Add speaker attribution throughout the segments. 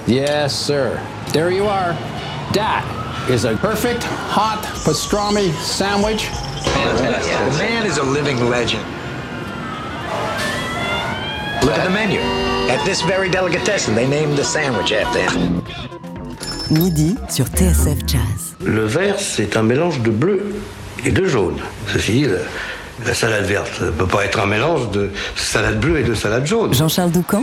Speaker 1: Yes, sir. There you are. That is a perfect hot pastrami sandwich.
Speaker 2: Fantastic. The man is a living legend. Look at the menu. At this very delicatessen, they named the sandwich after him.
Speaker 3: Midi sur TSF Jazz.
Speaker 4: Le vert, c'est un mélange de bleu et de jaune. Ceci dit, la salade verte ne peut pas être un mélange de salade bleue et de salade jaune.
Speaker 3: Jean-Charles Doucan.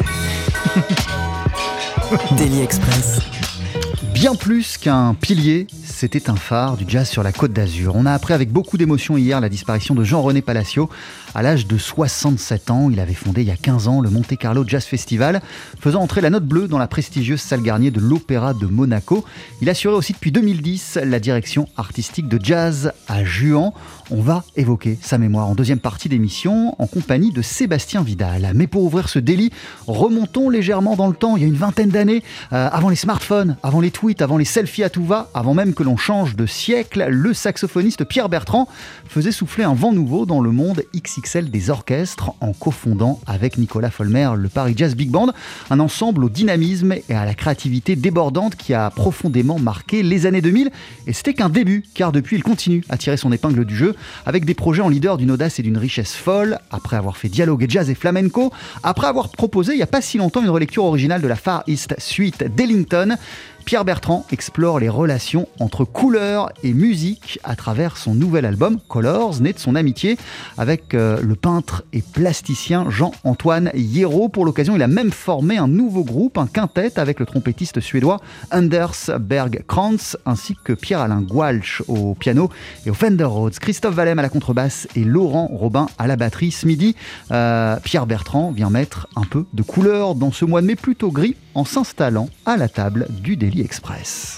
Speaker 3: Daily Express.
Speaker 5: Bien plus qu'un pilier, c'était un phare du jazz sur la Côte d'Azur. On a appris avec beaucoup d'émotion hier la disparition de Jean-René Palacio. À l'âge de 67 ans, il avait fondé il y a 15 ans le Monte Carlo Jazz Festival, faisant entrer la note bleue dans la prestigieuse salle Garnier de l'Opéra de Monaco. Il assurait aussi depuis 2010 la direction artistique de jazz à Juan. On va évoquer sa mémoire en deuxième partie d'émission en compagnie de Sébastien Vidal. Mais pour ouvrir ce délit, remontons légèrement dans le temps, il y a une vingtaine d'années, avant les smartphones, avant les tweets, avant les selfies à tout va, avant même que l'on change de siècle, le saxophoniste Pierre Bertrand faisait souffler un vent nouveau dans le monde XXL des orchestres en cofondant avec Nicolas Folmer le Paris Jazz Big Band, un ensemble au dynamisme et à la créativité débordante qui a profondément marqué les années 2000. Et c'était qu'un début, car depuis il continue à tirer son épingle du jeu avec des projets en leader d'une audace et d'une richesse folle, après avoir fait dialogue et jazz et flamenco, après avoir proposé il n'y a pas si longtemps une relecture originale de la Far East Suite d'Ellington. Pierre Bertrand explore les relations entre couleur et musique à travers son nouvel album Colors, né de son amitié avec le peintre et plasticien Jean-Antoine Hierro. Pour l'occasion, il a même formé un nouveau groupe, un quintet avec le trompettiste suédois Anders Bergkrantz ainsi que Pierre-Alain Goualch au piano et au Fender Rhodes, Christophe Vallem à la contrebasse et Laurent Robin à la batterie. Ce midi, Pierre Bertrand vient mettre un peu de couleur dans ce mois de mai plutôt gris en s'installant à la table du Daily Express.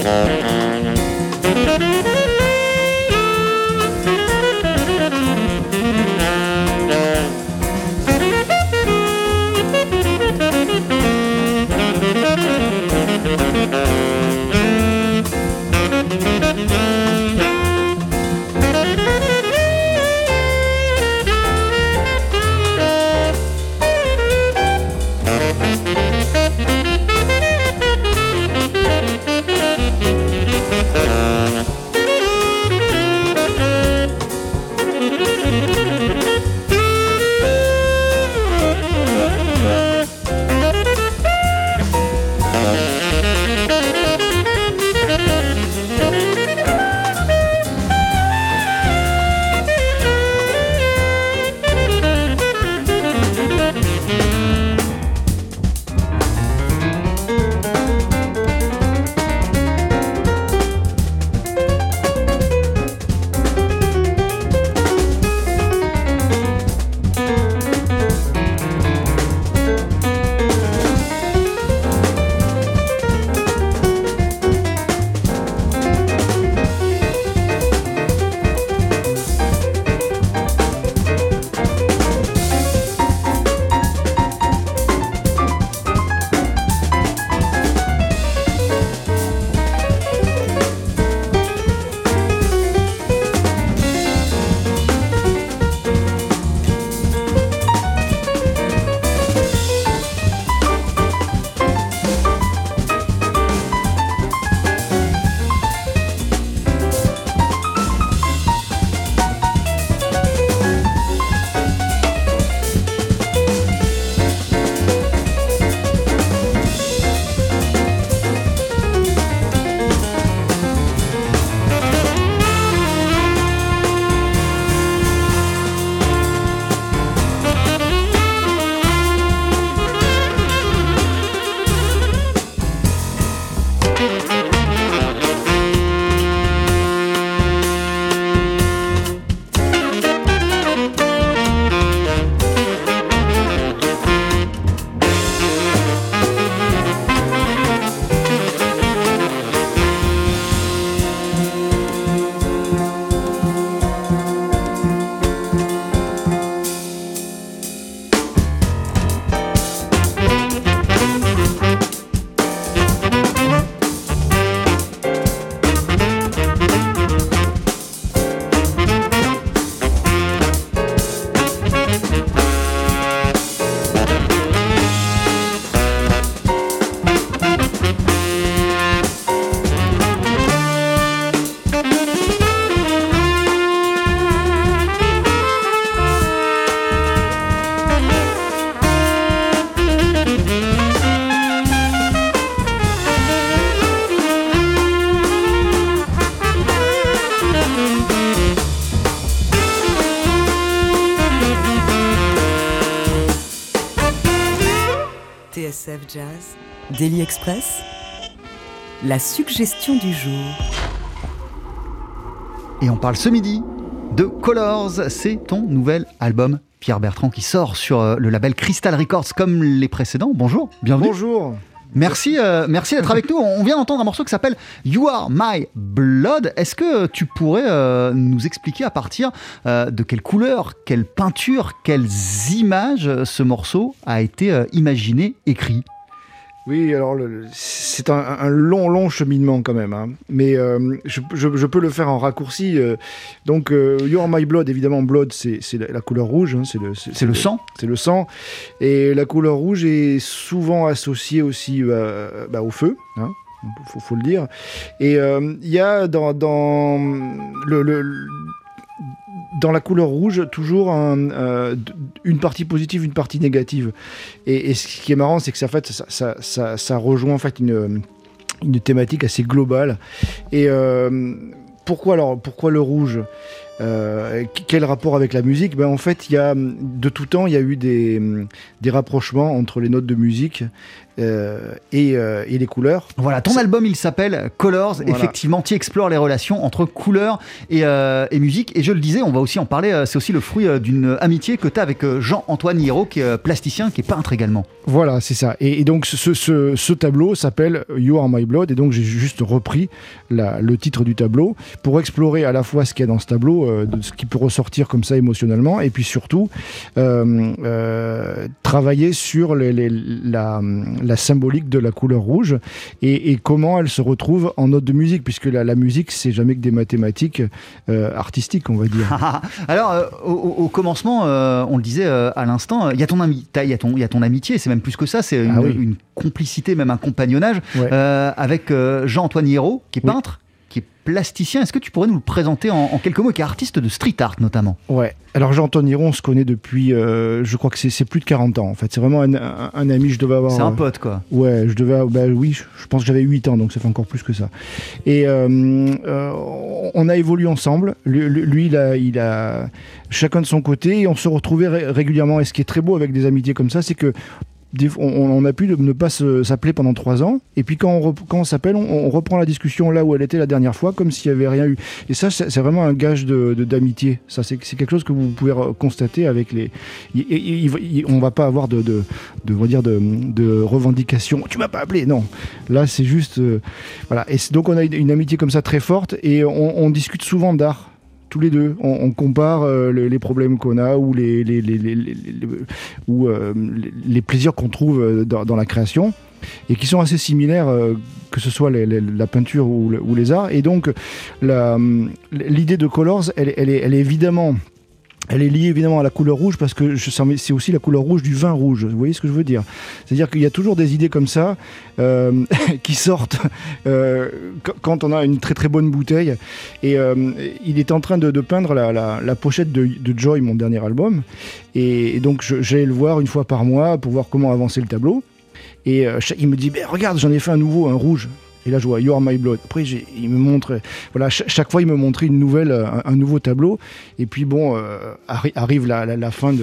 Speaker 3: TSF Jazz, Daily Express, la suggestion du jour.
Speaker 5: Et on parle ce midi de Colors, c'est ton nouvel album, Pierre Bertrand, qui sort sur le label Crystal Records comme les précédents. Bonjour, bienvenue.
Speaker 6: Bonjour.
Speaker 5: Merci d'être avec nous. On vient d'entendre un morceau qui s'appelle You Are My Blood. Est-ce que tu pourrais nous expliquer à partir de quelle couleur, quelle peinture, quelles images ce morceau a été imaginé, écrit ?
Speaker 6: Oui, alors c'est un long cheminement quand même, hein. Mais je peux le faire en raccourci. Donc, You Are My Blood, évidemment, blood, c'est la couleur rouge, hein, c'est le sang. C'est le sang. Et la couleur rouge est souvent associée aussi au feu, hein. Faut le dire. Et il y a dans la couleur rouge, toujours une partie positive, une partie négative. Et ce qui est marrant, c'est que ça rejoint en fait une thématique assez globale. Et pourquoi le rouge ? Quel rapport avec la musique ? En fait, de tout temps, il y a eu des rapprochements entre les notes de musique et les couleurs.
Speaker 5: Voilà, ton album il s'appelle Colors.
Speaker 6: Voilà.
Speaker 5: Effectivement, tu explores les relations entre couleurs et musique. Et je le disais, on va aussi en parler, c'est aussi le fruit d'une amitié que tu as avec Jean-Antoine Hiérault, qui est plasticien, qui est peintre également.
Speaker 6: Voilà, c'est ça. Et donc ce tableau s'appelle You Are My Blood, et donc j'ai juste repris le titre du tableau pour explorer à la fois ce qu'il y a dans ce tableau, de ce qui peut ressortir comme ça émotionnellement, et puis surtout travailler sur la symbolique de la couleur rouge et comment elle se retrouve en notes de musique, puisque la musique c'est jamais que des mathématiques artistiques, on va dire.
Speaker 5: Alors au commencement, on le disait à l'instant, il y a ton amitié, c'est même plus que ça, c'est une complicité, même un compagnonnage avec Jean-Antoine Hiérault, qui est peintre, qui est plasticien. Est-ce que tu pourrais nous le présenter en quelques mots, qui est artiste de street art notamment? Ouais.
Speaker 6: Alors Jean-Antoine Hiérault, on se connaît depuis, je crois que c'est plus de 40 ans en fait. C'est vraiment un ami, je devais avoir...
Speaker 5: C'est un pote quoi.
Speaker 6: Ouais, oui, je pense que j'avais 8 ans, donc ça fait encore plus que ça. Et on a évolué ensemble. Lui, il a chacun de son côté, et on se retrouvait régulièrement. Et ce qui est très beau avec des amitiés comme ça, c'est que on a pu ne pas s'appeler pendant 3 ans, et puis quand on s'appelle, on reprend la discussion là où elle était la dernière fois, comme s'il n'y avait rien eu. Et ça, c'est vraiment un gage d'amitié. Ça, c'est quelque chose que vous pouvez constater avec les... on va pas avoir de revendications. Tu m'as pas appelé, non. Là, c'est juste... voilà. Et donc, on a une amitié comme ça très forte, et on discute souvent d'art. Tous les deux, on compare les problèmes qu'on a ou les plaisirs qu'on trouve dans la création, et qui sont assez similaires, que ce soit la peinture ou les arts. Et donc, l'idée de Colors, elle est évidemment... Elle est liée évidemment à la couleur rouge, parce que c'est aussi la couleur rouge du vin rouge. Vous voyez ce que je veux dire? C'est-à-dire qu'il y a toujours des idées comme ça qui sortent quand on a une très très bonne bouteille. Et il est en train de peindre la pochette de Joy, mon dernier album. Et donc j'allais le voir une fois par mois pour voir comment avancer le tableau. Et il me dit, regarde, j'en ai fait un nouveau, un rouge. Et là, je vois You Are My Blood. Après, il me montre... Voilà, chaque fois, il me montrait une nouvelle, un nouveau tableau. Et puis, bon, arrive la fin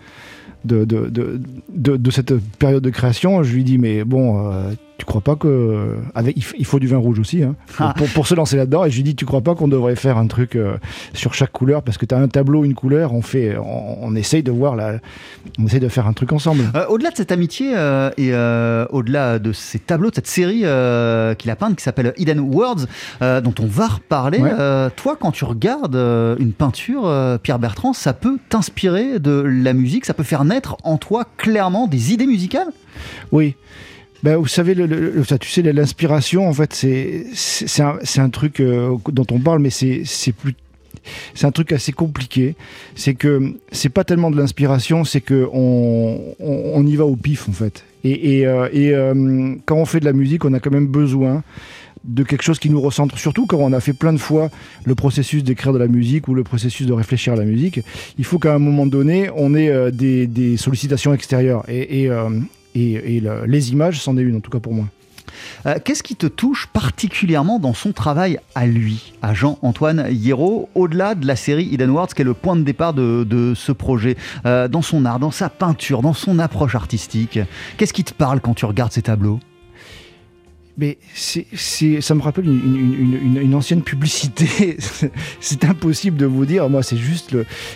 Speaker 6: de cette période de création. Je lui dis, mais bon... tu crois pas que... il faut du vin rouge aussi, hein, pour se lancer là-dedans. Et je lui dis, tu crois pas qu'on devrait faire un truc sur chaque couleur, parce que tu as un tableau, une couleur, on essaye de voir on essaye de faire un truc ensemble.
Speaker 5: Au-delà de cette amitié et au-delà de ces tableaux, de cette série qu'il a peinte, qui s'appelle Hidden Words, dont on va reparler, toi, quand tu regardes une peinture, Pierre Bertrand, ça peut t'inspirer de la musique, ça peut faire naître en toi clairement des idées musicales?
Speaker 6: Oui. Vous savez, tu sais, l'inspiration, en fait, c'est un truc dont on parle, mais c'est un truc assez compliqué. C'est que c'est pas tellement de l'inspiration, c'est que on y va au pif, en fait. Et quand on fait de la musique, on a quand même besoin de quelque chose qui nous recentre, surtout quand on a fait plein de fois le processus d'écrire de la musique ou le processus de réfléchir à la musique. Il faut qu'à un moment donné, on ait des sollicitations extérieures. Et les images, c'en est une, en tout cas pour moi.
Speaker 5: Qu'est-ce qui te touche particulièrement dans son travail à lui, à Jean-Antoine Hiérault, au-delà de la série Hidden Words, qui est le point de départ de ce projet, dans son art, dans sa peinture, dans son approche artistique? Qu'est-ce qui te parle quand tu regardes ces tableaux?
Speaker 6: Mais ça me rappelle une ancienne publicité. C'est impossible de vous dire. Moi, c'est juste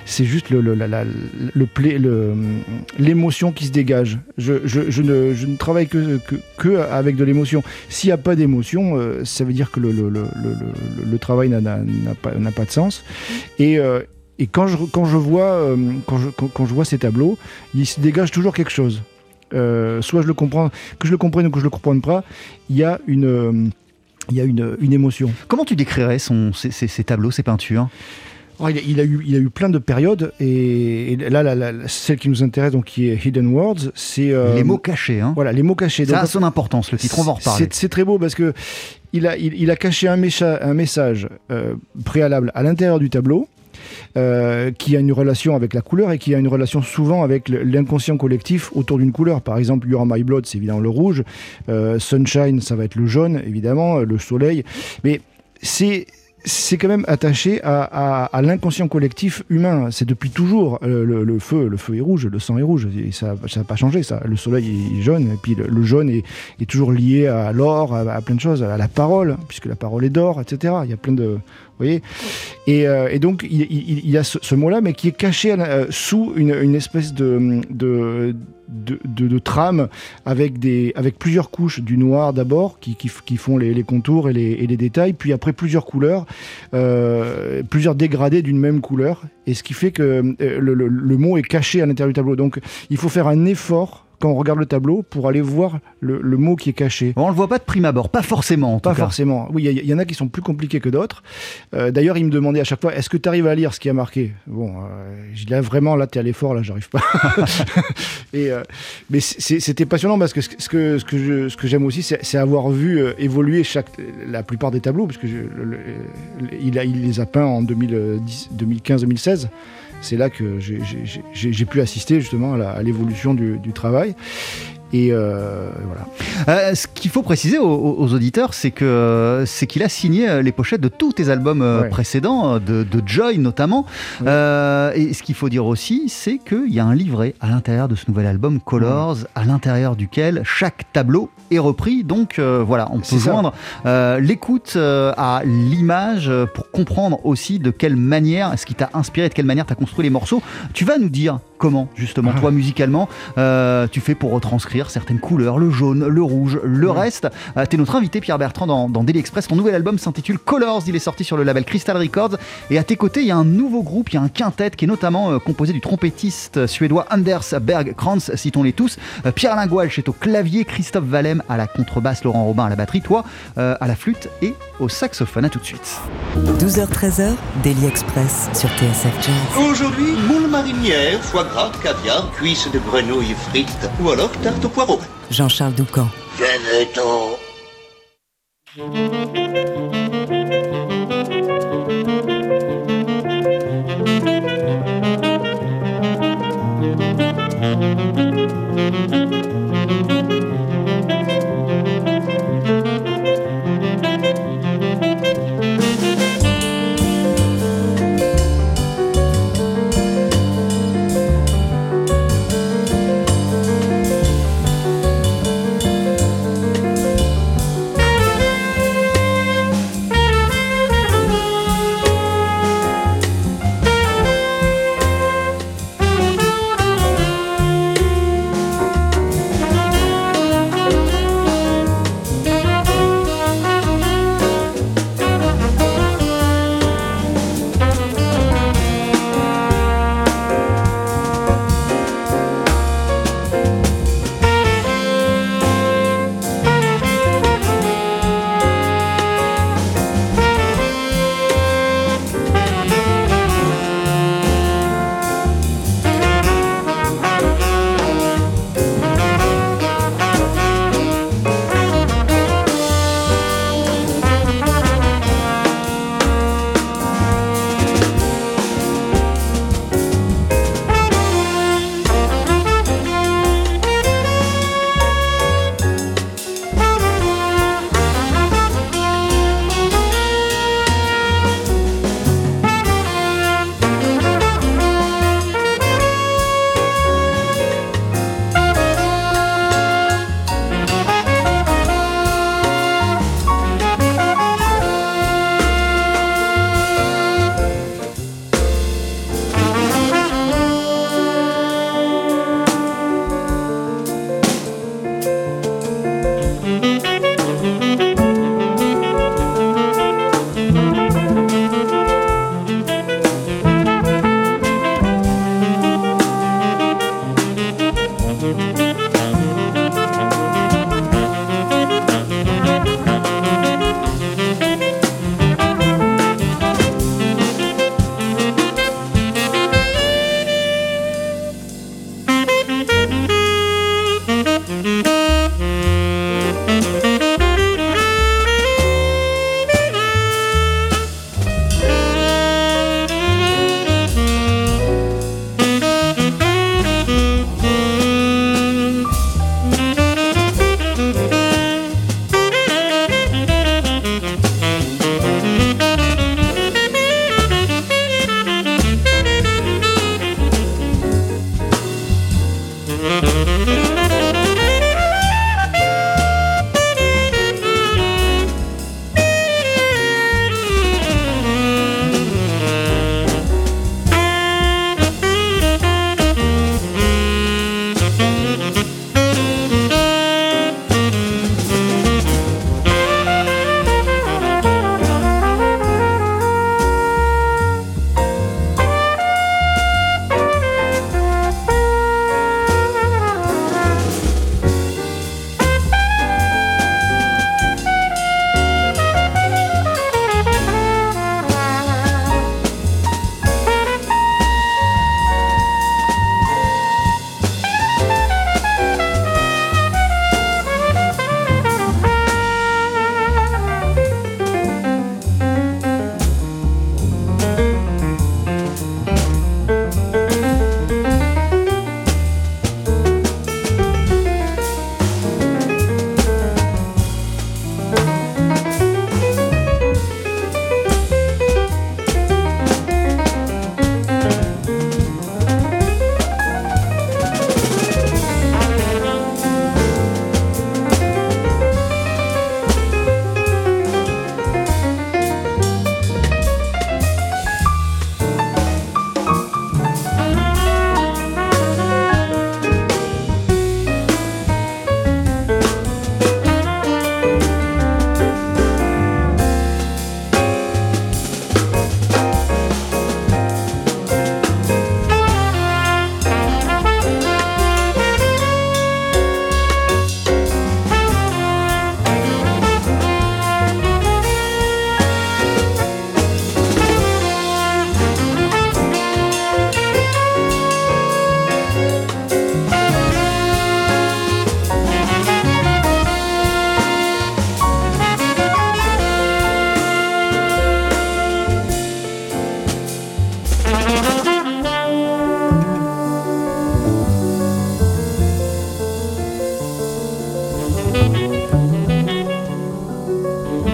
Speaker 6: l'émotion qui se dégage. Je ne travaille que avec de l'émotion. S'il n'y a pas d'émotion, ça veut dire que le travail n'a pas de sens. Et quand je vois ces tableaux, il se dégage toujours quelque chose. Soit je le comprends, que je le comprenne ou que je le comprenne pas, il y a une émotion.
Speaker 5: Comment tu décrirais ces tableaux, ces peintures?
Speaker 6: Il a eu plein de périodes, et là, celle qui nous intéresse, donc qui est Hidden Words, c'est
Speaker 5: les mots cachés. Hein.
Speaker 6: Voilà, les mots cachés.
Speaker 5: Ça a son importance, le titre. On va en reparler.
Speaker 6: C'est très beau parce que il a caché un message préalable à l'intérieur du tableau. Qui a une relation avec la couleur, et qui a une relation souvent avec l'inconscient collectif autour d'une couleur. Par exemple, You Are My Blood, c'est évidemment le rouge. Sunshine, ça va être le jaune, évidemment, le soleil. Mais c'est quand même attaché à l'inconscient collectif humain. C'est depuis toujours. Le feu est rouge, le sang est rouge. Et ça n'a pas changé, ça. Le soleil est jaune, et puis le jaune est toujours lié à l'or, à plein de choses, à la parole, puisque la parole est d'or, etc. Il y a plein de... Vous voyez, et donc il y a ce mot-là, mais qui est caché sous une espèce de trame avec plusieurs couches du noir d'abord qui font les contours et les détails, puis après plusieurs couleurs, plusieurs dégradés d'une même couleur, et ce qui fait que le mot est caché à l'intérieur du tableau. Donc il faut faire un effort quand on regarde le tableau pour aller voir le mot qui est caché.
Speaker 5: On ne le voit pas de prime abord, pas forcément en tout cas.
Speaker 6: Pas forcément. Oui, il y en a qui sont plus compliqués que d'autres. D'ailleurs, il me demandait à chaque fois, est-ce que tu arrives à lire ce qui a marqué ? Bon, je dis là vraiment, là t'es à l'effort, là j'arrive pas. Mais c'était passionnant parce que ce que j'aime aussi, c'est avoir vu évoluer la plupart des tableaux, puisque il les a peints en 2015-2016. C'est là que j'ai pu assister justement à l'évolution du travail. Et voilà.
Speaker 5: Ce qu'il faut préciser aux auditeurs, c'est qu'il a signé les pochettes de tous tes albums précédents, de Joy notamment. Et ce qu'il faut dire aussi, c'est qu'il y a un livret à l'intérieur de ce nouvel album Colors, à l'intérieur duquel chaque tableau est repris. Donc voilà, on peut joindre l'écoute à l'image pour comprendre aussi de quelle manière, ce qui t'a inspiré, de quelle manière tu as construit les morceaux. Tu vas nous dire comment, justement, toi, musicalement, tu fais pour retranscrire certaines couleurs, le jaune, le rouge, le reste. T'es notre invité, Pierre Bertrand, dans Daily Express. Ton nouvel album s'intitule Colors, il est sorti sur le label Crystal Records. Et à tes côtés, il y a un nouveau groupe, il y a un quintet qui est notamment composé du trompettiste suédois Anders Bergkrans, citons-les tous, Pierre Lingual chez au clavier, Christophe Valem à la contrebasse, Laurent Robin à la batterie, toi à la flûte et au saxophone. À tout de suite.
Speaker 3: 12h-13h, Daily Express sur TSF Jazz.
Speaker 7: Aujourd'hui, moule marinière, foie gras, caviar, cuisses de grenouille frites ou alors tarte au poireau.
Speaker 3: Jean-Charles Doucan.
Speaker 7: Venez-t'en.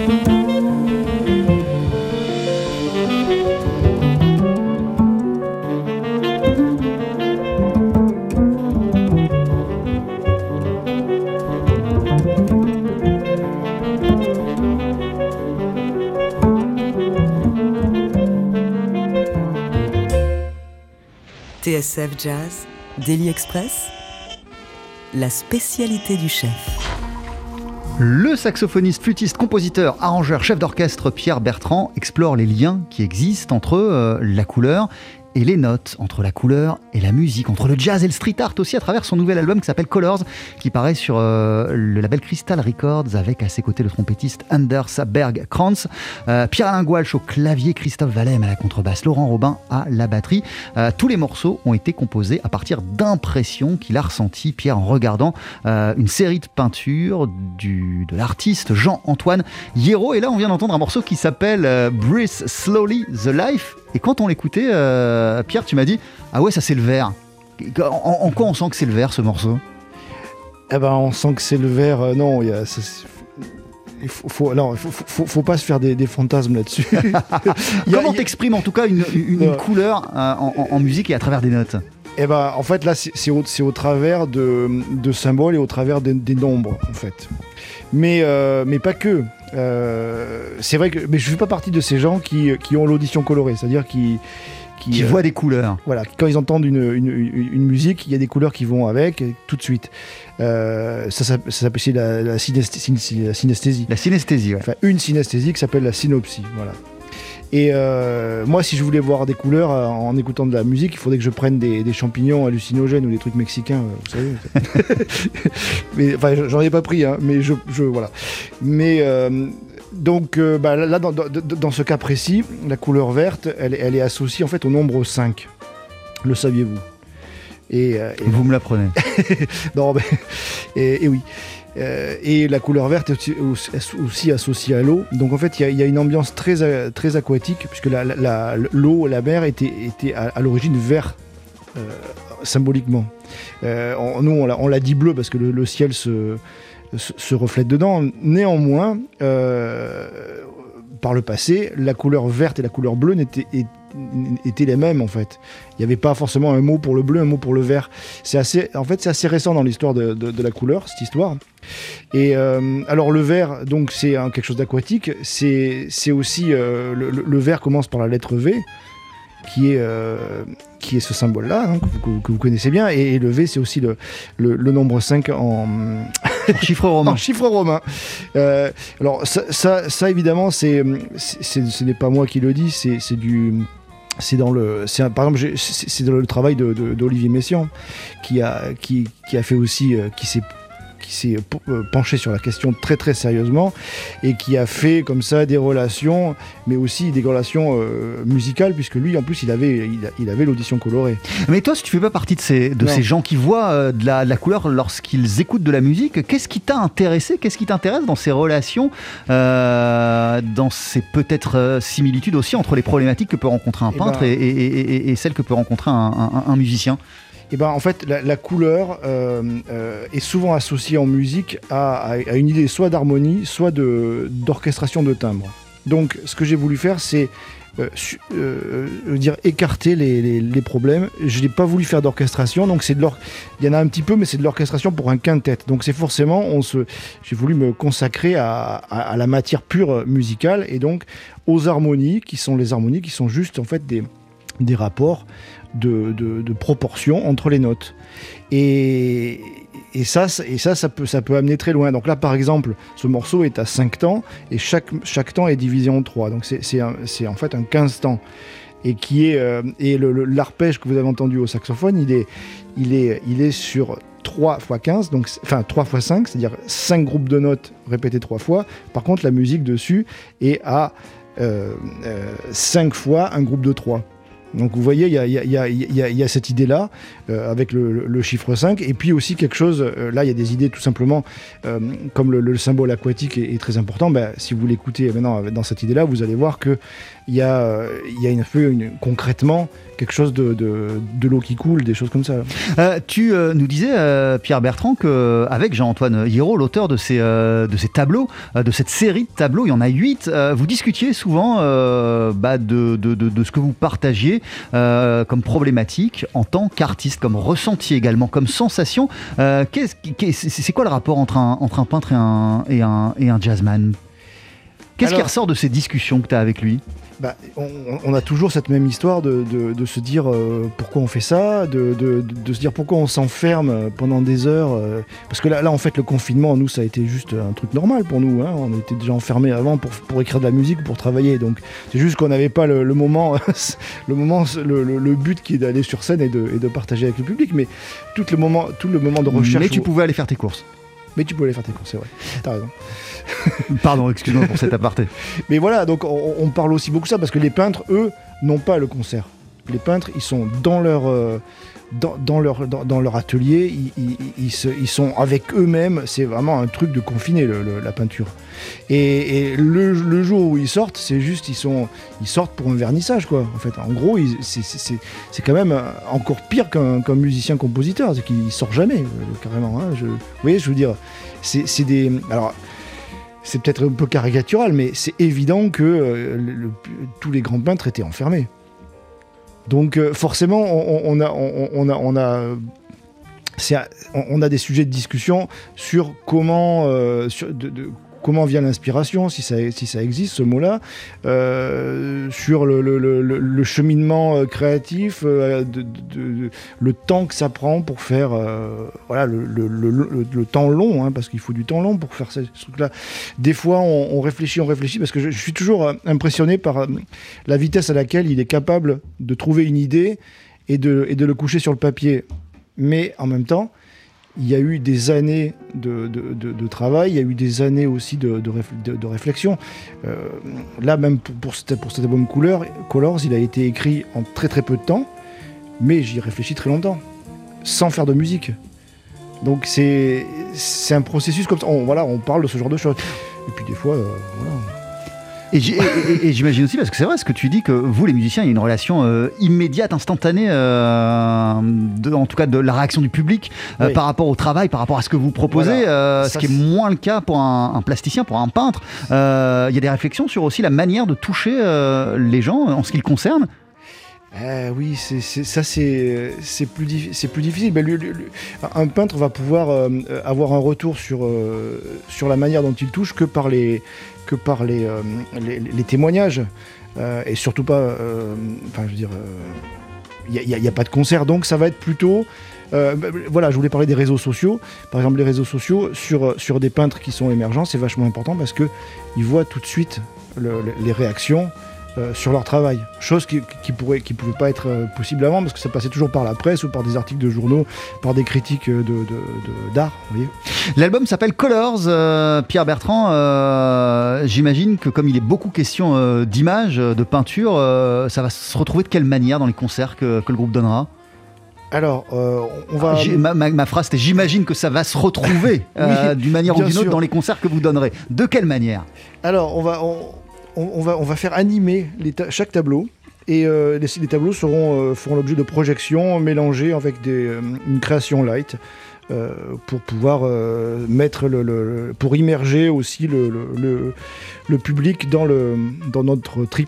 Speaker 3: TSF Jazz, Daily Express, la spécialité du chef.
Speaker 5: Le saxophoniste, flûtiste, compositeur, arrangeur, chef d'orchestre Pierre Bertrand explore les liens qui existent entre la couleur et les notes, entre la couleur et la musique, entre le jazz et le street art aussi, à travers son nouvel album qui s'appelle Colors, qui paraît sur le label Crystal Records, avec à ses côtés le trompettiste Anders Berg-Krantz, Pierre-Alain Gouache au clavier, Christophe Valem à la contrebasse, Laurent Robin à la batterie. Tous les morceaux ont été composés à partir d'impressions qu'il a ressenties, Pierre, en regardant une série de peintures de l'artiste Jean-Antoine Hiérault. Et là, on vient d'entendre un morceau qui s'appelle Breathe Slowly the Life. Et quand on l'écoutait, Pierre, tu m'as dit « Ah ouais, ça c'est le vert ». En quoi on sent que c'est le vert, ce morceau ?
Speaker 6: Eh ben, on sent que c'est le vert. Non, il faut pas se faire des fantasmes là-dessus.
Speaker 5: Comment t'exprimes en tout cas une couleur en musique et à travers des notes ?
Speaker 6: Eh ben, en fait, là, c'est au travers de symboles et au travers des nombres, en fait. Mais pas que. C'est vrai que mais je fais pas partie de ces gens qui ont l'audition colorée, c'est-à-dire qui
Speaker 5: voient des couleurs.
Speaker 6: Voilà, quand ils entendent une musique, il y a des couleurs qui vont avec tout de suite. Ça s'appelle la synesthésie.
Speaker 5: La synesthésie, ouais.
Speaker 6: Enfin, une synesthésie qui s'appelle la synopsie, voilà. Et moi, si je voulais voir des couleurs en écoutant de la musique, il faudrait que je prenne des champignons hallucinogènes ou des trucs mexicains, vous savez. Mais enfin, j'en ai pas pris, hein, mais je voilà. Mais donc là, dans ce cas précis, la couleur verte, elle est associée en fait au nombre 5. Le saviez-vous ? Et
Speaker 5: vous me l'apprenez.
Speaker 6: Non, mais et oui. Et la couleur verte est aussi associée à l'eau. Donc en fait, il y a une ambiance très aquatique, puisque l'eau, la mer était à l'origine vert, symboliquement. Nous, on l'a dit bleu parce que le ciel se reflète dedans. Néanmoins, par le passé, la couleur verte et la couleur bleue étaient les mêmes en fait. Il n'y avait pas forcément un mot pour le bleu, un mot pour le vert. C'est assez récent dans l'histoire de la couleur, cette histoire. Et alors le vert, donc c'est quelque chose d'aquatique. C'est aussi le vert commence par la lettre V, qui est ce symbole-là, hein, que vous connaissez bien. Et le V, c'est aussi le nombre 5 en
Speaker 5: chiffre romain.
Speaker 6: En chiffre romain. Alors ça évidemment, ce n'est pas moi qui le dis, c'est dans le travail d'Olivier Messiaen qui a fait aussi qui s'est penché sur la question très très sérieusement et qui a fait comme ça des relations, mais aussi des relations musicales, puisque lui en plus il avait l'audition colorée.
Speaker 5: Mais toi, si tu fais pas partie de ces gens qui voient de la couleur lorsqu'ils écoutent de la musique, qu'est-ce qui t'a intéressé, qu'est-ce qui t'intéresse dans ces relations, dans ces peut-être similitudes aussi entre les problématiques que peut rencontrer un peintre et celles que peut rencontrer un musicien ?
Speaker 6: Et en fait, la couleur est souvent associée en musique à une idée soit d'harmonie, soit d'orchestration de timbre. Donc, ce que j'ai voulu faire, c'est écarter les problèmes. Je n'ai pas voulu faire d'orchestration, donc il y en a un petit peu, mais c'est de l'orchestration pour un quintet. Donc, c'est forcément, j'ai voulu me consacrer à la matière pure musicale et donc aux harmonies, qui sont juste en fait des rapports de proportion entre les notes. Et ça peut amener très loin. Donc là, par exemple, ce morceau est à 5 temps et chaque temps est divisé en 3. Donc c'est en fait un 15 temps. Et l'arpège que vous avez entendu au saxophone, il est sur 3 x 15, donc, enfin 3 x 5, c'est-à-dire 5 groupes de notes répétés 3 fois. Par contre, la musique dessus est à 5 fois un groupe de 3. Donc vous voyez, il y a cette idée-là, avec le chiffre 5, et puis aussi quelque chose, là il y a des idées tout simplement, comme le symbole aquatique est très important, si vous l'écoutez maintenant dans cette idée-là, vous allez voir qu'il y a concrètement quelque chose de l'eau qui coule, des choses comme ça.
Speaker 5: Tu nous disais, Pierre Bertrand, qu'avec Jean-Antoine Hirault, l'auteur de ces tableaux, de cette série de tableaux, il y en a 8, vous discutiez souvent de ce que vous partagiez comme problématique en tant qu'artiste, comme ressenti également, comme sensation. C'est quoi le rapport entre un peintre et un jazzman ? Qu'est-ce qui ressort de ces discussions que tu as avec lui ?
Speaker 6: On a toujours cette même histoire de se dire pourquoi on fait ça, de se dire pourquoi on s'enferme pendant des heures. Parce que là, en fait, le confinement, nous, ça a été juste un truc normal pour nous. Hein. On était déjà enfermés avant pour écrire de la musique, pour travailler. Donc, c'est juste qu'on n'avait pas le moment, le but qui est d'aller sur scène et de partager avec le public. Mais tout le moment de recherche.
Speaker 5: Mais tu pouvais aller faire tes courses.
Speaker 6: C'est vrai. T'as raison.
Speaker 5: Pardon, excuse-moi pour cet aparté.
Speaker 6: Mais voilà, donc on parle aussi beaucoup de ça, parce que les peintres, eux, n'ont pas le concert. Les peintres, ils sont dans leur atelier, ils sont avec eux-mêmes, c'est vraiment un truc de confiné, la peinture. Et le jour où ils sortent, c'est juste, ils sortent pour un vernissage, quoi. En fait, en gros, c'est quand même encore pire qu'un musicien-compositeur, c'est qu'il sort jamais, carrément. Hein. Vous voyez, je veux dire, alors, c'est peut-être un peu caricatural, mais c'est évident que tous les grands peintres étaient enfermés. Donc forcément, on a des sujets de discussion sur comment vient l'inspiration, si ça existe ce mot-là, sur le cheminement créatif, le temps que ça prend pour faire le temps long, hein, parce qu'il faut du temps long pour faire ce truc-là. Des fois, on réfléchit, parce que je suis toujours impressionné par la vitesse à laquelle il est capable de trouver une idée et de le coucher sur le papier. Mais en même temps, il y a eu des années de travail, il y a eu des années aussi de réflexion. Là, même pour cet album Colors, il a été écrit en très très peu de temps, mais j'y réfléchis très longtemps, sans faire de musique. Donc c'est un processus comme ça. On parle de ce genre de choses. Et puis des fois, voilà.
Speaker 5: Et j'imagine aussi, parce que c'est vrai ce que tu dis, que vous les musiciens, il y a une relation immédiate, instantanée, en tout cas de la réaction du public,
Speaker 6: oui,
Speaker 5: par rapport au travail, par rapport à ce que vous proposez,
Speaker 6: voilà.
Speaker 5: Ce qui est moins le cas pour un plasticien, pour un peintre. Il y a des réflexions sur aussi la manière de toucher les gens en ce qui le concerne.
Speaker 6: Oui, c'est plus difficile. Un peintre va pouvoir avoir un retour sur la manière dont il touche que par les témoignages, et surtout pas. Il n'y a pas de concert, donc ça va être plutôt. Voilà, je voulais parler des réseaux sociaux. Par exemple, les réseaux sociaux sur des peintres qui sont émergents, c'est vachement important parce que ils voient tout de suite les réactions sur leur travail, chose qui pouvait pas être possible avant, parce que ça passait toujours par la presse ou par des articles de journaux, par des critiques d'art, vous voyez.
Speaker 5: L'album s'appelle Colors, Pierre Bertrand. J'imagine que comme il est beaucoup question d'images, de peinture, ça va se retrouver de quelle manière dans les concerts que le groupe donnera ?
Speaker 6: Alors, on va...
Speaker 5: Ma phrase c'était « J'imagine que ça va se retrouver d'une manière ou d'une autre dans les concerts que vous donnerez ». De quelle manière ?
Speaker 6: Alors, on va faire animer chaque tableau, et les tableaux feront l'objet de projections mélangées avec une création light, pour pouvoir pour immerger aussi le public dans notre trip.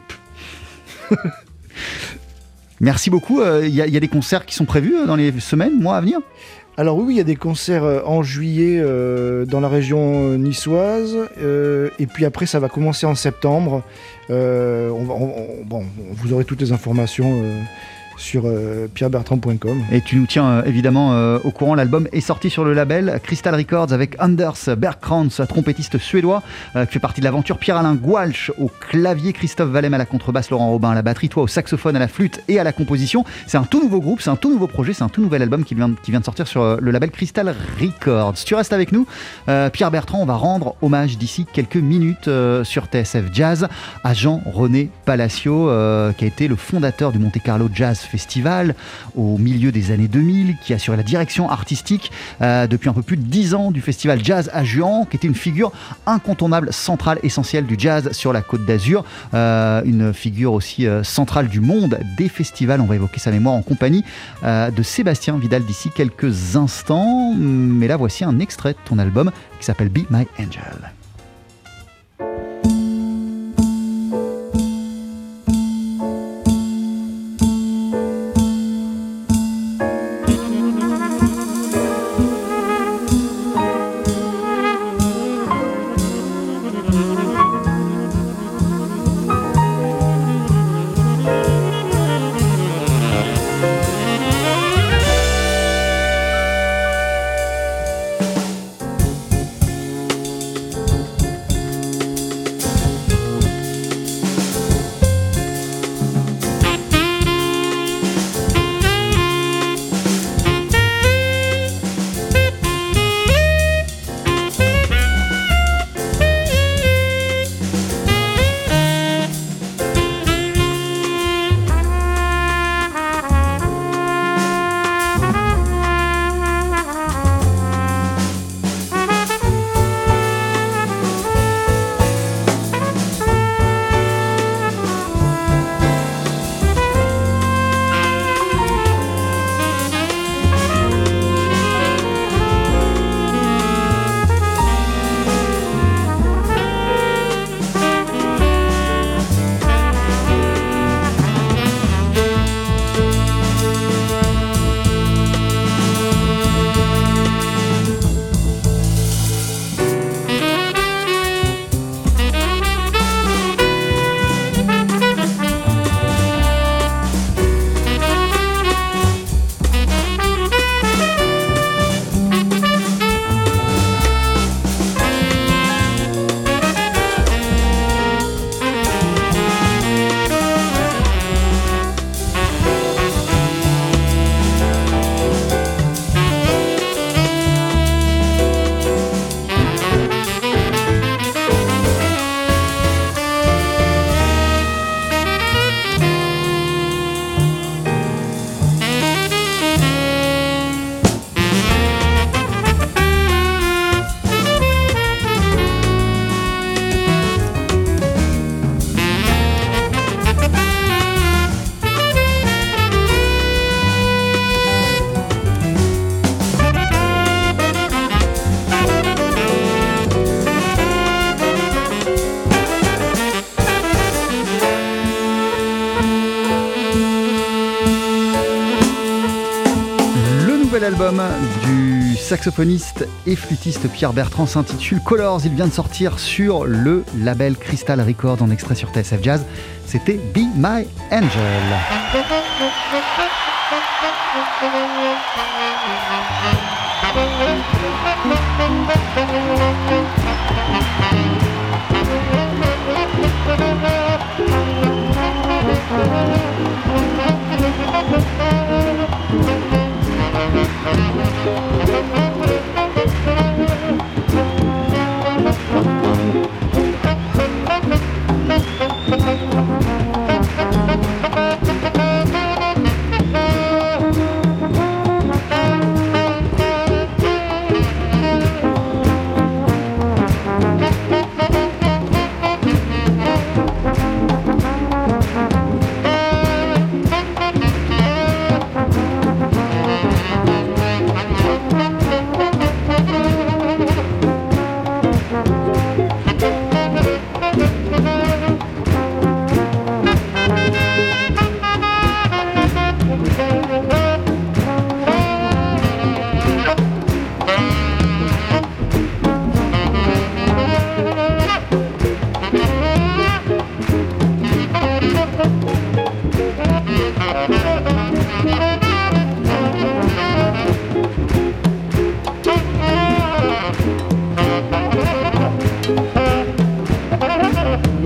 Speaker 5: Merci beaucoup. Il y a des concerts qui sont prévus dans les semaines, mois à venir ?
Speaker 6: Alors oui, il y a des concerts en juillet dans la région niçoise, et puis après ça va commencer en septembre. Vous aurez toutes les informations sur pierrebertrand.com.
Speaker 5: Et tu nous tiens évidemment au courant. L'album est sorti sur le label Crystal Records avec Anders Bergkrans, trompettiste suédois, qui fait partie de l'aventure. Pierre-Alain Goualch au clavier, Christophe Valem à la contrebasse, Laurent Robin à la batterie, toi au saxophone, à la flûte et à la composition. C'est un tout nouveau groupe, c'est un tout nouveau projet, c'est un tout nouvel album qui vient de sortir sur le label Crystal Records. Tu restes avec nous, Pierre Bertrand, on va rendre hommage d'ici quelques minutes sur TSF Jazz à Jean-René Palacio, qui a été le fondateur du Monte Carlo Jazz Festival au milieu des années 2000, qui a assuré la direction artistique depuis un peu plus de 10 ans du festival Jazz à Juan, qui était une figure incontournable, centrale, essentielle du jazz sur la Côte d'Azur, une figure aussi centrale du monde des festivals. On va évoquer sa mémoire en compagnie de Sébastien Vidal d'ici quelques instants, mais là voici un extrait de ton album qui s'appelle Be My Angel. L'album du saxophoniste et flûtiste Pierre Bertrand s'intitule Colors. Il vient de sortir sur le label Crystal Records en extrait sur TSF Jazz. C'était Be My Angel.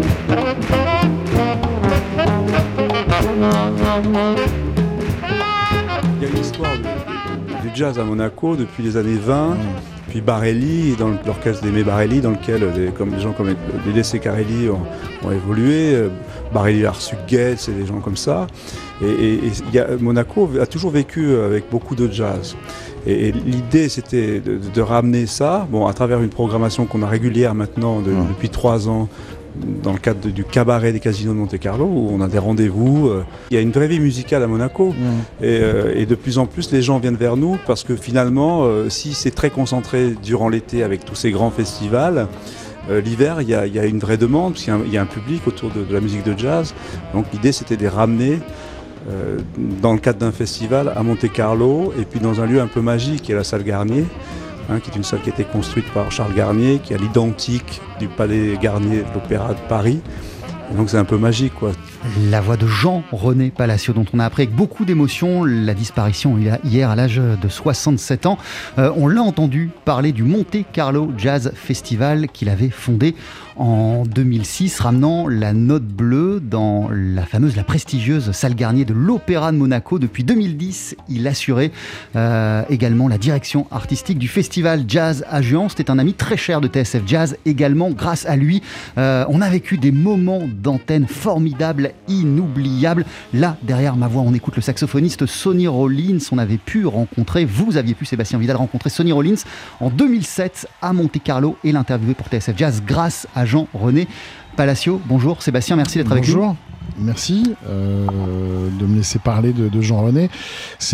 Speaker 8: Il y a une histoire du jazz à Monaco depuis les années 20, puis Barelli, dans l'orchestre d'Aimé Barelli, dans lequel des gens comme Dédé Ceccarelli ont évolué. Barelli a reçu Getz et des gens comme ça. Et Monaco a toujours vécu avec beaucoup de jazz. Et l'idée, c'était de ramener ça, à travers une programmation qu'on a régulière maintenant depuis 3 ans, dans le cadre du cabaret des casinos de Monte-Carlo, où on a des rendez-vous. Il y a une vraie vie musicale à Monaco. Et de plus en plus, les gens viennent vers nous parce que finalement, si c'est très concentré durant l'été avec tous ces grands festivals, l'hiver, il y a une vraie demande, parce qu'il y a un public autour de la musique de jazz. Donc l'idée, c'était de les ramener dans le cadre d'un festival à Monte-Carlo, et puis dans un lieu un peu magique, qui est la salle Garnier, qui est une salle qui a été construite par Charles Garnier, qui a l'identique du Palais Garnier de l'Opéra de Paris. Et donc c'est un peu magique, quoi.
Speaker 5: La voix de Jean-René Palacio, dont on a appris avec beaucoup d'émotion la disparition hier à l'âge de 67 ans. On l'a entendu parler du Monte Carlo Jazz Festival qu'il avait fondé en 2006, ramenant la note bleue dans la prestigieuse salle Garnier de l'Opéra de Monaco. Depuis 2010, il assurait également la direction artistique du festival Jazz à Juan. C'était un ami très cher de TSF Jazz également. Grâce à lui, on a vécu des moments d'antenne formidables, inoubliables. Là, derrière ma voix, on écoute le saxophoniste Sonny Rollins. Vous aviez pu, Sébastien Vidal, rencontrer Sonny Rollins en 2007 à Monte-Carlo et l'interviewer pour TSF Jazz grâce à Jean-René Palacio. Bonjour Sébastien, merci d'être avec nous.
Speaker 9: Bonjour. Merci de me laisser parler de Jean-René. C'est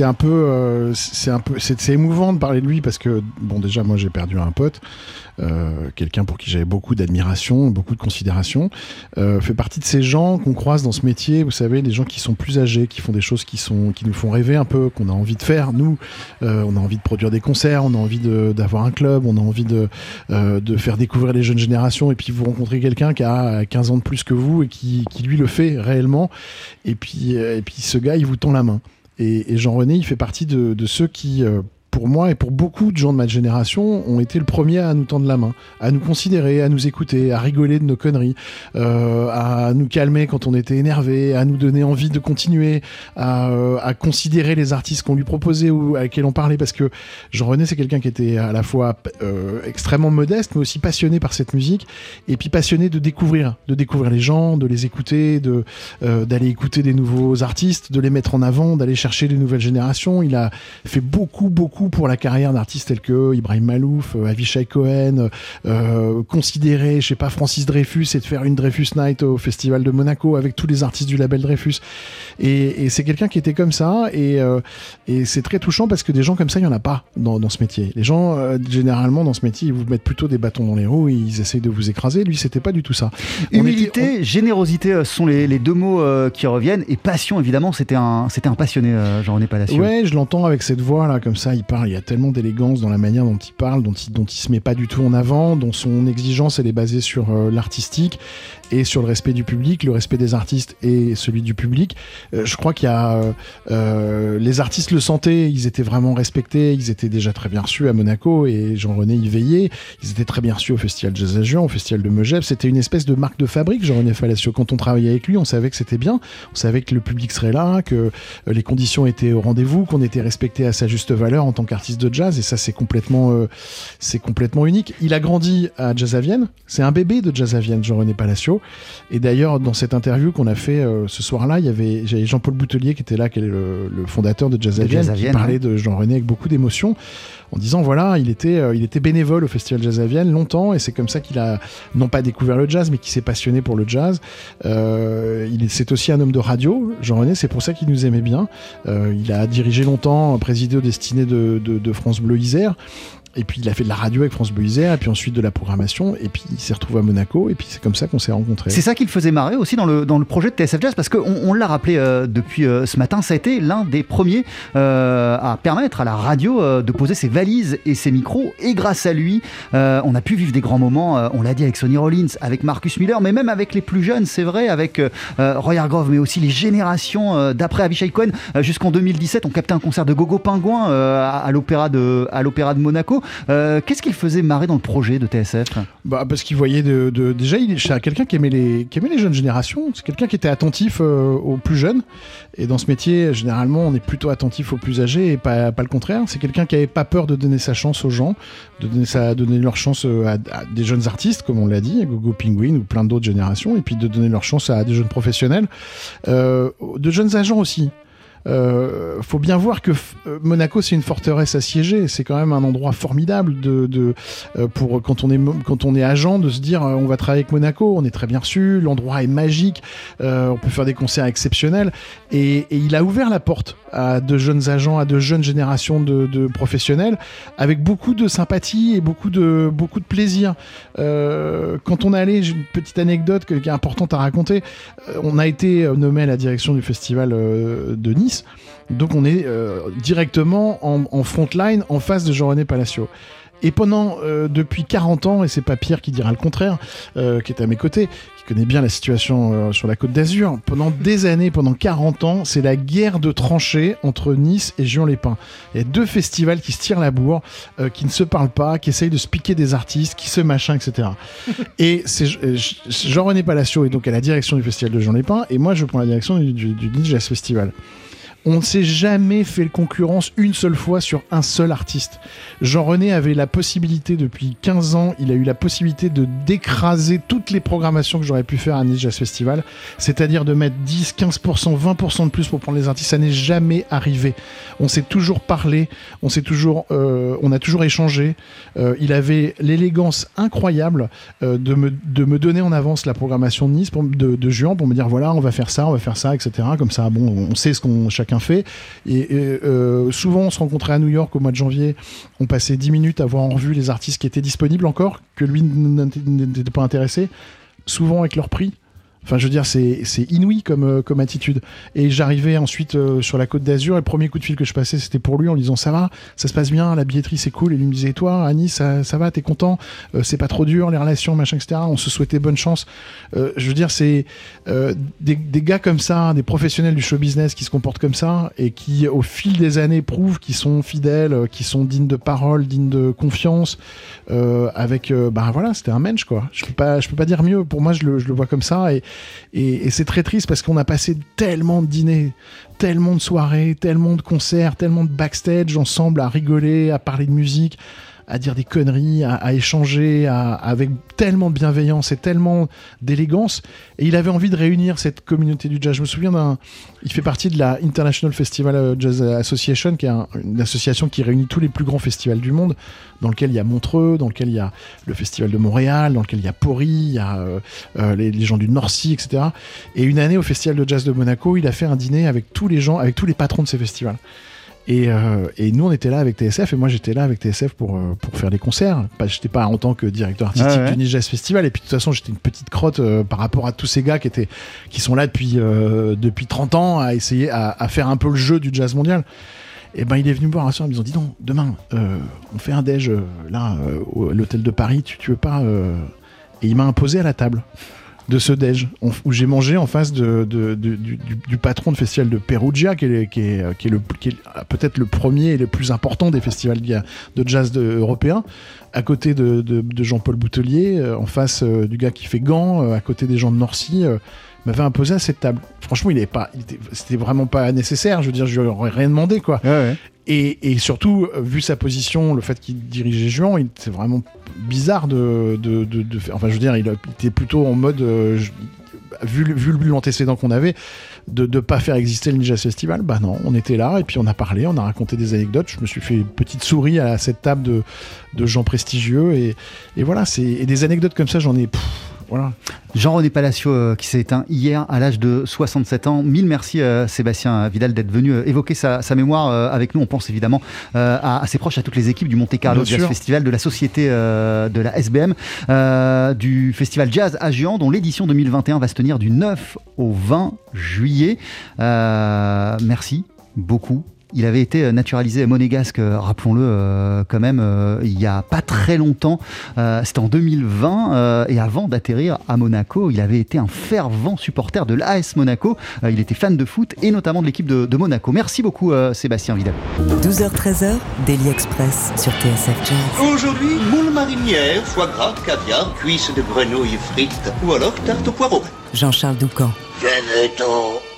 Speaker 9: émouvant de parler de lui parce que, déjà, moi j'ai perdu un pote, quelqu'un pour qui j'avais beaucoup d'admiration, beaucoup de considération. Fait partie de ces gens qu'on croise dans ce métier, vous savez, les gens qui sont plus âgés, qui font des choses qui nous font rêver un peu, qu'on a envie de faire. Nous, on a envie de produire des concerts, on a envie d'avoir un club, on a envie de faire découvrir les jeunes générations, et puis vous rencontrez quelqu'un qui a 15 ans de plus que vous et qui lui le fait réellement, et puis ce gars il vous tend la main, et Jean-René il fait partie de ceux qui pour moi et pour beaucoup de gens de ma génération ont été le premier à nous tendre la main, à nous considérer, à nous écouter, à rigoler de nos conneries, à nous calmer quand on était énervé, à nous donner envie de continuer, à considérer les artistes qu'on lui proposait ou avec lesquels on parlait, parce que Jean-René c'est quelqu'un qui était à la fois extrêmement modeste mais aussi passionné par cette musique, et puis passionné de découvrir les gens, de les écouter, d'aller écouter des nouveaux artistes, de les mettre en avant, d'aller chercher les nouvelles générations. Il a fait beaucoup pour la carrière d'artistes tels que Ibrahim Malouf, Avishai Cohen, considérer, Francis Dreyfus, et de faire une Dreyfus Night au Festival de Monaco avec tous les artistes du label Dreyfus. Et c'est quelqu'un qui était comme ça, et c'est très touchant parce que des gens comme ça, il n'y en a pas dans ce métier. Les gens, généralement, dans ce métier, ils vous mettent plutôt des bâtons dans les roues, ils essayent de vous écraser. Lui, c'était pas du tout ça.
Speaker 5: Humilité, générosité sont les deux mots qui reviennent, et passion, évidemment, c'était un passionné, Jean-René Palacio.
Speaker 9: Ouais, je l'entends avec cette voix là, comme ça, il parle, il y a tellement d'élégance dans la manière dont il parle, dont il se met pas du tout en avant, dont son exigence elle est basée sur l'artistique et sur le respect du public, le respect des artistes et celui du public. Je crois qu'il y a les artistes le sentaient, ils étaient vraiment respectés, ils étaient déjà très bien reçus à Monaco, et Jean-René y veillait. Ils étaient très bien reçus au Festival Jazz à Juan, au Festival de Megève. C'était une espèce de marque de fabrique, Jean-René Palacio. Quand on travaillait avec lui, on savait que c'était bien, on savait que le public serait là, que les conditions étaient au rendez-vous, qu'on était respecté à sa juste valeur en tant qu'artiste de jazz, et ça c'est complètement unique. Il a grandi à Jazz à Vienne, c'est un bébé de Jazz à Vienne, Jean-René Palacio. Et d'ailleurs, dans cette interview qu'on a fait ce soir-là, j'avais Jean-Paul Boutelier qui était là, qui est le fondateur de Jazz à Vienne, qui parlait de Jean-René avec beaucoup d'émotion, en disant voilà, il était bénévole au Festival Jazz à Vienne longtemps, et c'est comme ça qu'il a non pas découvert le jazz, mais qu'il s'est passionné pour le jazz. C'est aussi un homme de radio, Jean-René, c'est pour ça qu'il nous aimait bien. Il a dirigé longtemps, présidé aux destinées de France Bleu Isère. Et puis il a fait de la radio avec France Bleu Isère, et puis ensuite de la programmation, et puis il s'est retrouvé à Monaco, et puis c'est comme ça qu'on s'est rencontrés. C'est
Speaker 5: ça qui le faisait marrer aussi dans le projet de TSF Jazz, parce qu'on l'a rappelé depuis ce matin, ça a été l'un des premiers à permettre à la radio de poser ses valises et ses micros, et grâce à lui, on a pu vivre des grands moments, on l'a dit, avec Sonny Rollins, avec Marcus Miller, mais même avec les plus jeunes, c'est vrai, avec Roy Hargrove, mais aussi les générations d'après Avishai Cohen. Jusqu'en 2017, on captait un concert de Gogo Pingouin à l'Opéra de Monaco. Monaco. Qu'est-ce qu'il faisait marrer dans le projet de TSF ?
Speaker 9: Parce qu'il voyait déjà, c'est quelqu'un qui aimait les jeunes générations. C'est quelqu'un qui était attentif aux plus jeunes. Et dans ce métier, généralement, on est plutôt attentif aux plus âgés et pas le contraire. C'est quelqu'un qui avait pas peur de donner sa chance aux gens, de donner leur chance à des jeunes artistes, comme on l'a dit, à Gogo Penguin ou plein d'autres générations, et puis de donner leur chance à des jeunes professionnels, de jeunes agents aussi. Faut bien voir que Monaco, c'est une forteresse assiégée. C'est quand même un endroit formidable pour quand on est agent, de se dire on va travailler avec Monaco. On est très bien reçu, l'endroit est magique, on peut faire des concerts exceptionnels. Et il a ouvert la porte à de jeunes agents, à de jeunes générations de professionnels, avec beaucoup de sympathie et beaucoup de plaisir. Quand on est allé, j'ai une petite anecdote qui est importante à raconter. On a été nommé à la direction du festival de Nice. Donc on est directement en front line, en face de Jean-René Palacio. Et depuis 40 ans, et c'est pas Pierre qui dira le contraire, qui est à mes côtés, qui connaît bien la situation sur la Côte d'Azur, pendant des années, pendant 40 ans, c'est la guerre de tranchées entre Nice et Juan-les-Pins. Il y a deux festivals qui se tirent la bourre, qui ne se parlent pas, qui essayent de se piquer des artistes, qui se machin, etc. Et c'est Jean-René Palacio est donc à la direction du festival de Juan-les-Pins, et moi je prends la direction du Nice Jazz Festival. On ne s'est jamais fait concurrence une seule fois sur un seul artiste. Jean-René avait la possibilité, depuis 15 ans, il a eu la possibilité d'écraser toutes les programmations que j'aurais pu faire à Nice Jazz Festival, c'est-à-dire de mettre 10, 15%, 20% de plus pour prendre les artistes. Ça n'est jamais arrivé. On s'est toujours parlé, on a toujours échangé. Il avait l'élégance incroyable de me donner en avance la programmation de Nice de juin pour me dire voilà, on va faire ça, etc. Comme ça, bon, on sait ce qu'on chacun fait. Et souvent, on se rencontrait à New York au mois de janvier. On passait 10 minutes à voir en revue les artistes qui étaient disponibles encore, que lui n'était pas intéressé, souvent avec leur prix. Enfin, je veux dire, c'est inouï comme attitude. Et j'arrivais ensuite sur la Côte d'Azur, et le premier coup de fil que je passais, c'était pour lui, en lui disant ça va, ça se passe bien, la billetterie c'est cool. Et lui me disait, toi, Annie, ça va, t'es content, c'est pas trop dur, les relations, machin, etc. On se souhaitait bonne chance. Je veux dire, c'est des gars comme ça, des professionnels du show business qui se comportent comme ça et qui, au fil des années, prouvent qu'ils sont fidèles, qu'ils sont dignes de parole, dignes de confiance. Voilà, c'était un mensch, quoi. Je peux pas dire mieux. Pour moi, je le vois comme ça. Et c'est très triste parce qu'on a passé tellement de dîners, tellement de soirées, tellement de concerts, tellement de backstage ensemble à rigoler, à parler de musique, à dire des conneries, à échanger avec tellement de bienveillance et tellement d'élégance. Et il avait envie de réunir cette communauté du jazz. Je me souviens il fait partie de la International Festival Jazz Association, qui est une association qui réunit tous les plus grands festivals du monde, dans lequel il y a Montreux, dans lequel il y a le Festival de Montréal, dans lequel il y a Pori, il y a les gens du North Sea, etc. Et une année au Festival de Jazz de Monaco, il a fait un dîner avec tous les gens, avec tous les patrons de ces festivals. Et nous, on était là avec TSF, et moi, j'étais là avec TSF pour faire des concerts. J'étais pas en tant que directeur artistique du Nice Jazz Festival, et puis de toute façon, j'étais une petite crotte par rapport à tous ces gars qui sont là depuis 30 ans à essayer à faire un peu le jeu du jazz mondial. Et ben, il est venu me voir un soir, ils me ont dit non, demain, on fait un déj là, à l'hôtel de Paris, tu veux pas Et il m'a imposé à la table de ce déj, où j'ai mangé en face du patron de festival de Perugia, qui est peut-être le premier et le plus important des festivals de jazz européens, à côté de Jean-Paul Boutelier, en face du gars qui fait Gand, à côté des gens de Norcy, m'avait imposé à cette table. Franchement, c'était vraiment pas nécessaire, je veux dire, je lui aurais rien demandé, quoi. Ouais. Et surtout, vu sa position, le fait qu'il dirigeait Juan, c'est vraiment bizarre de faire. Enfin, je veux dire, il était plutôt en mode, vu l'antécédent qu'on avait, de pas faire exister le Nice Jazz Festival. Bah non, on était là, et puis on a parlé, on a raconté des anecdotes. Je me suis fait une petite souris à cette table de gens prestigieux, et voilà, et des anecdotes comme ça, j'en ai... Voilà.
Speaker 5: Jean-René Palacio qui s'est éteint hier à l'âge de 67 ans. Mille merci Sébastien Vidal d'être venu évoquer sa mémoire avec nous. On pense évidemment à ses proches, à toutes les équipes du Monte Carlo Jazz Festival, de la société de la SBM, du Festival Jazz à Juan, dont l'édition 2021 va se tenir du 9 au 20 juillet. Merci beaucoup Il avait été naturalisé monégasque, rappelons-le quand même, il n'y a pas très longtemps. C'était en 2020. Et avant d'atterrir à Monaco, il avait été un fervent supporter de l'AS Monaco. Il était fan de foot et notamment de l'équipe de Monaco. Merci beaucoup Sébastien Vidal.
Speaker 3: 12h-13h, Daily Express sur TSF Jazz.
Speaker 7: Aujourd'hui, moule marinière, foie gras, caviar, cuisses de grenouille frites ou alors tarte au poireau.
Speaker 3: Jean-Charles Doucan.
Speaker 10: Venez-t'en.